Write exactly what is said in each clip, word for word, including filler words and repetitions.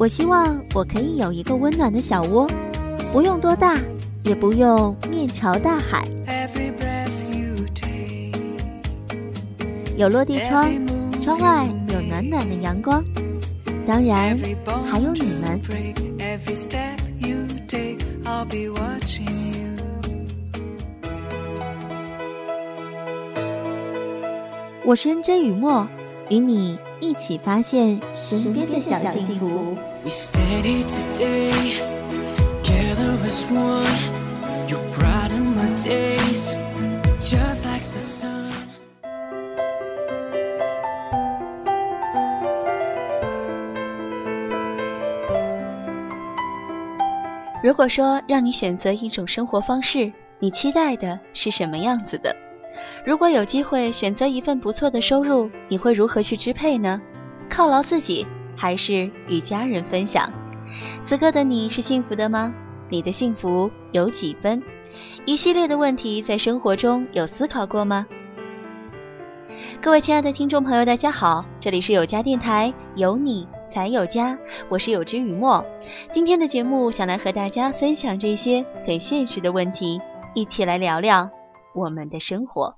我希望我可以有一个温暖的小窝，不用多大，也不用面朝大海，有落地窗，窗外有暖暖的阳光，当然还有你们。我是 N J 雨墨，与你一起发现身边的小幸福。We steady today, together as one. You brighten my days, just like the sun. 如果说让你选择一种生活方式，你期待的是什么样子的？如果有机会选择一份不错的收入，你会如何去支配呢？犒劳自己，还是与家人分享？此刻的你是幸福的吗？你的幸福有几分？一系列的问题在生活中有思考过吗？各位亲爱的听众朋友，大家好，这里是有家电台，有你才有家，我是有之雨墨。今天的节目想来和大家分享这些很现实的问题，一起来聊聊我们的生活。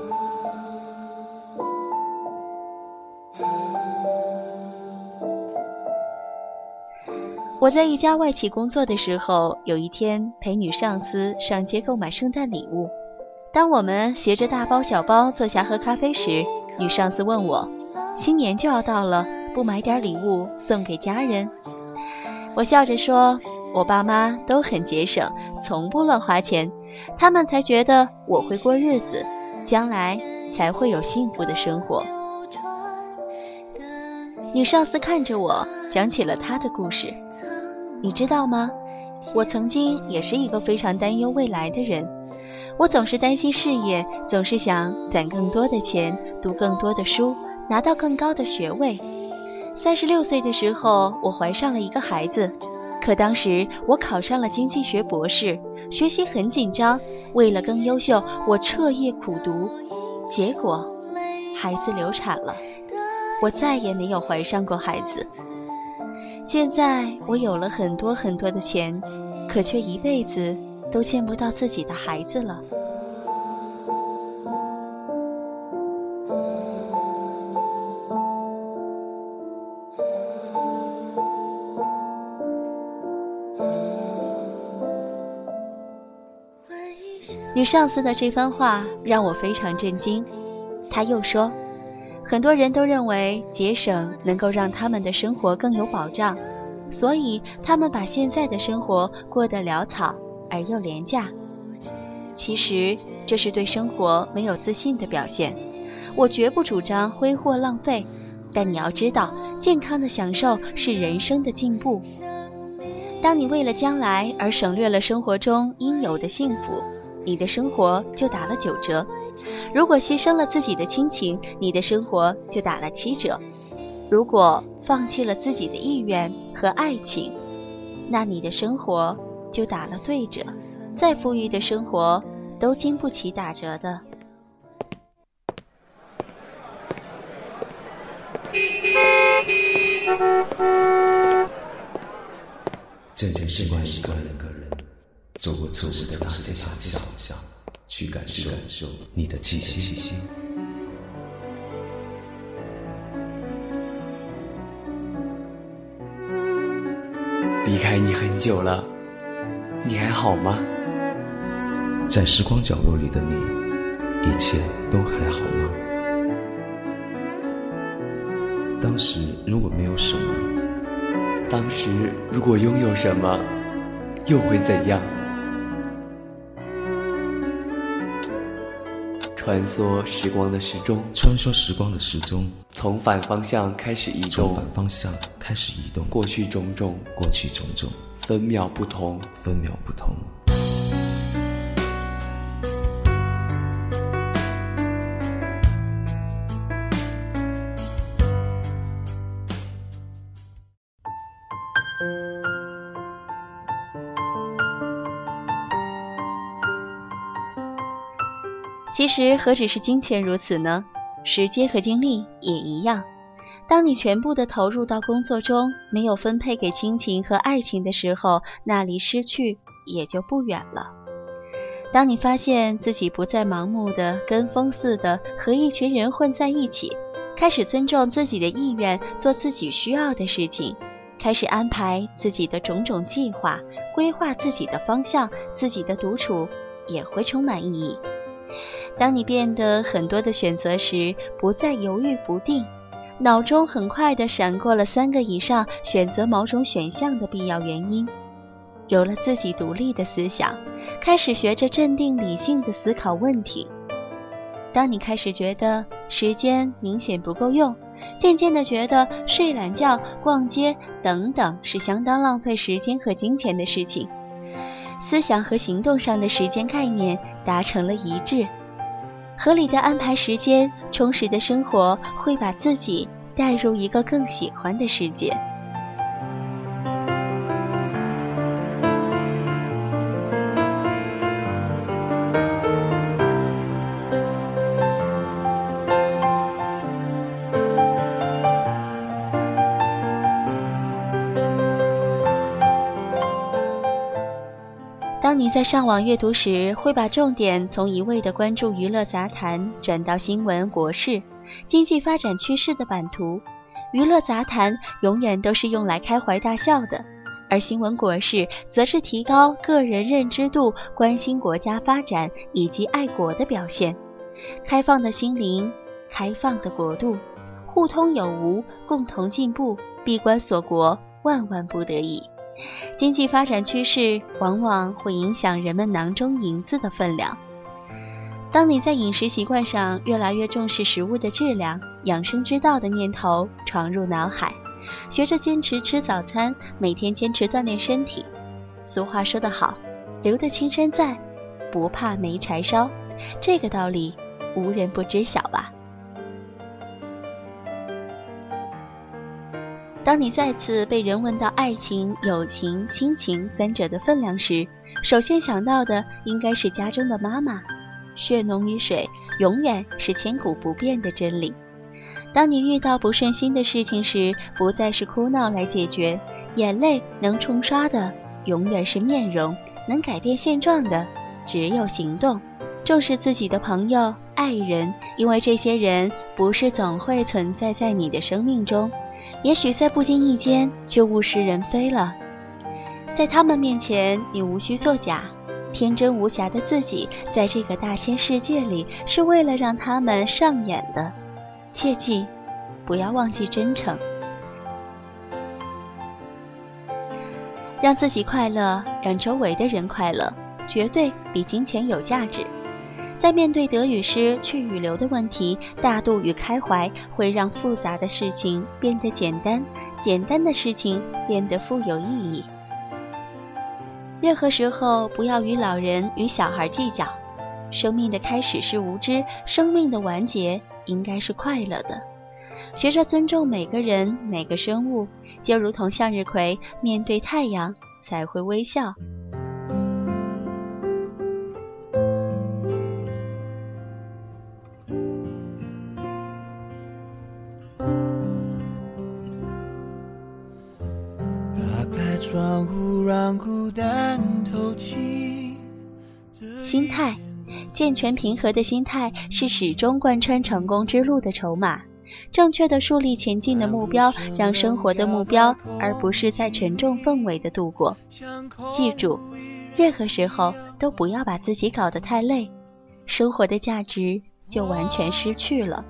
我在一家外企工作的时候，有一天陪女上司上街购买圣诞礼物。当我们携着大包小包坐下喝咖啡时，女上司问我，新年就要到了，不买点礼物送给家人？我笑着说，我爸妈都很节省，从不乱花钱，他们才觉得我会过日子，将来才会有幸福的生活。女上司看着我，讲起了她的故事。你知道吗？我曾经也是一个非常担忧未来的人，我总是担心事业，总是想攒更多的钱，读更多的书，拿到更高的学位。三十六岁的时候，我怀上了一个孩子，可当时我考上了经济学博士，学习很紧张，为了更优秀，我彻夜苦读，结果孩子流产了，我再也没有怀上过孩子。现在我有了很多很多的钱，可却一辈子都见不到自己的孩子了。女上司的这番话让我非常震惊，她又说，很多人都认为节省能够让他们的生活更有保障，所以他们把现在的生活过得潦草而又廉价。其实这是对生活没有自信的表现。我绝不主张挥霍浪费，但你要知道，健康的享受是人生的进步。当你为了将来而省略了生活中应有的幸福，你的生活就打了九折。如果牺牲了自己的亲情，你的生活就打了七折。如果放弃了自己的意愿和爱情，那你的生活就打了对折。再富裕的生活都经不起打折的。 渐渐习惯一个人个人走过错误的大街小巷，去感受你的气息。 离开你很久了，你还好吗？ 在时光角落里的你，一切都还好吗？当时如果没有什么， 当时如果拥有什么，又会怎样？穿梭时光的时钟， 穿梭时光的时钟， 从反方向开始移动， 从反方向开始移动， 过去种种， 过去种种， 分秒不同， 分秒不同。 其实何止是金钱如此呢？时间和精力也一样。 当你全部的投入到工作中，没有分配给亲情和爱情的时候，那离失去也就不远了。当你发现自己不再盲目的跟风似的和一群人混在一起，开始尊重自己的意愿，做自己需要的事情，开始安排自己的种种计划，规划自己的方向，自己的独处也会充满意义。当你变得很多的选择时，不再犹豫不定，脑中很快地闪过了三个以上选择某种选项的必要原因，有了自己独立的思想，开始学着镇定理性地思考问题。当你开始觉得时间明显不够用，渐渐地觉得睡懒觉、逛街等等是相当浪费时间和金钱的事情，思想和行动上的时间概念达成了一致。合理的安排时间，充实的生活会把自己带入一个更喜欢的世界。当你在上网阅读时，会把重点从一味地关注娱乐杂谈转到新闻国事、经济发展趋势的版图。娱乐杂谈永远都是用来开怀大笑的，而新闻国事则是提高个人认知度、关心国家发展以及爱国的表现。开放的心灵，开放的国度，互通有无，共同进步，闭关锁国，万万不得已。经济发展趋势往往会影响人们囊中银子的分量。当你在饮食习惯上越来越重视食物的质量，养生之道的念头闯入脑海，学着坚持吃早餐，每天坚持锻炼身体。俗话说得好，留得青山在，不怕没柴烧，这个道理无人不知晓吧。当你再次被人问到爱情、友情、亲情三者的分量时，首先想到的应该是家中的妈妈。血浓于水，永远是千古不变的真理。当你遇到不顺心的事情时，不再是哭闹来解决，眼泪能冲刷的永远是面容，能改变现状的只有行动。重视自己的朋友、爱人，因为这些人不是总会存在在你的生命中，也许在不经意间就物是人非了。在他们面前，你无需作假，天真无瑕的自己在这个大千世界里是为了让他们上演的。切记，不要忘记真诚。让自己快乐，让周围的人快乐，绝对比金钱有价值。在面对得与失、去与留的问题，大度与开怀会让复杂的事情变得简单，简单的事情变得富有意义。任何时候不要与老人与小孩计较。生命的开始是无知，生命的完结应该是快乐的。学着尊重每个人每个生物，就如同向日葵面对太阳才会微笑。 窗户让孤单透气。 心态，健全平和的心态是始终贯穿成功之路的筹码。正确的树立前进的目标，让生活的目标，而不是在沉重氛围的度过。记住，任何时候都不要把自己搞得太累，生活的价值就完全失去了。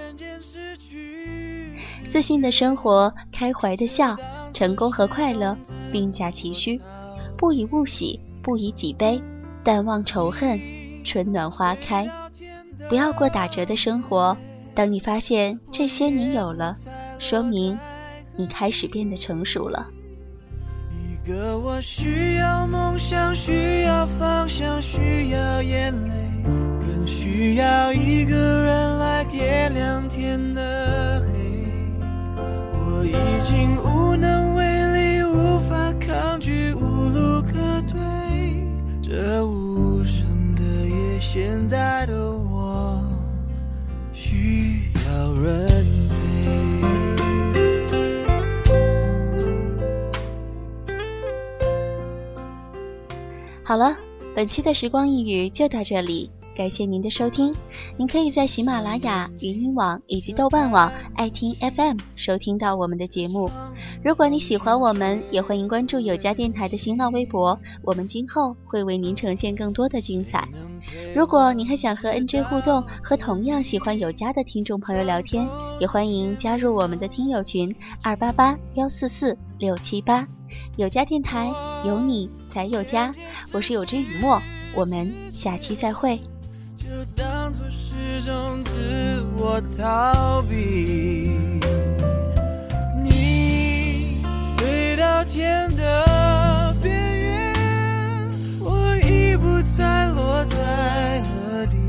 自信的生活，开怀的笑，成功和快乐并驾齐驱，不以物喜，不以己悲，淡忘仇恨，春暖花开。不要过打折的生活，当你发现这些你有了，说明你开始变得成熟了。 一个我需要梦想，需要方向，需要眼泪，更需要一个人来点亮天的黑。我已经无能为力，无法抗拒，无路可退，这无声的夜，现在的我需要人陪。 好了，本期的时光一语就到这里，感谢您的收听。您可以在喜马拉雅、云音网以及豆瓣网、爱听 F M 收听到我们的节目。如果你喜欢我们，也欢迎关注有家电台的新浪微博，我们今后会为您呈现更多的精彩。如果你还想和 N J 互动，和同样喜欢有家的听众朋友聊天，也欢迎加入我们的听友群二八八幺四四六七八。有家电台，有你才有家。我是有之雨墨，我们下期再会。 就当作是种自我逃避，你飞到天的边缘，我已不再落在了地。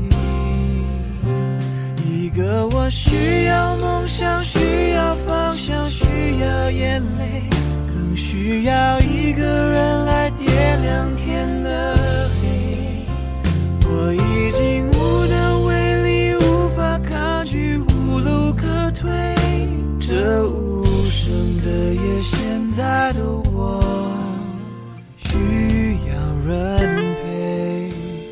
一个我需要梦想，需要方向，需要眼泪，更需要一个人来点亮天的黑。我已经无能为力，无法抗拒，无路可退，这无声的夜，现在的我需要人陪。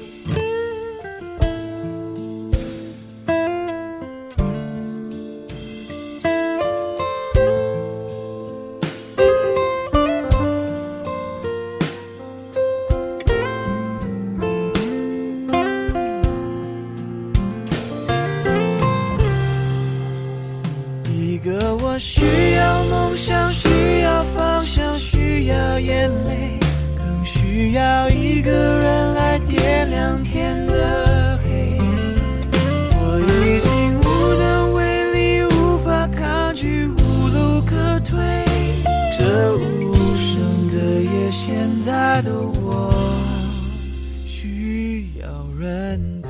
一个我需要梦想，需要方向，需要眼泪，更需要一个人来点亮天的黑。我已经无能为力，无法抗拒，无路可退，这无声的夜，现在的我需要人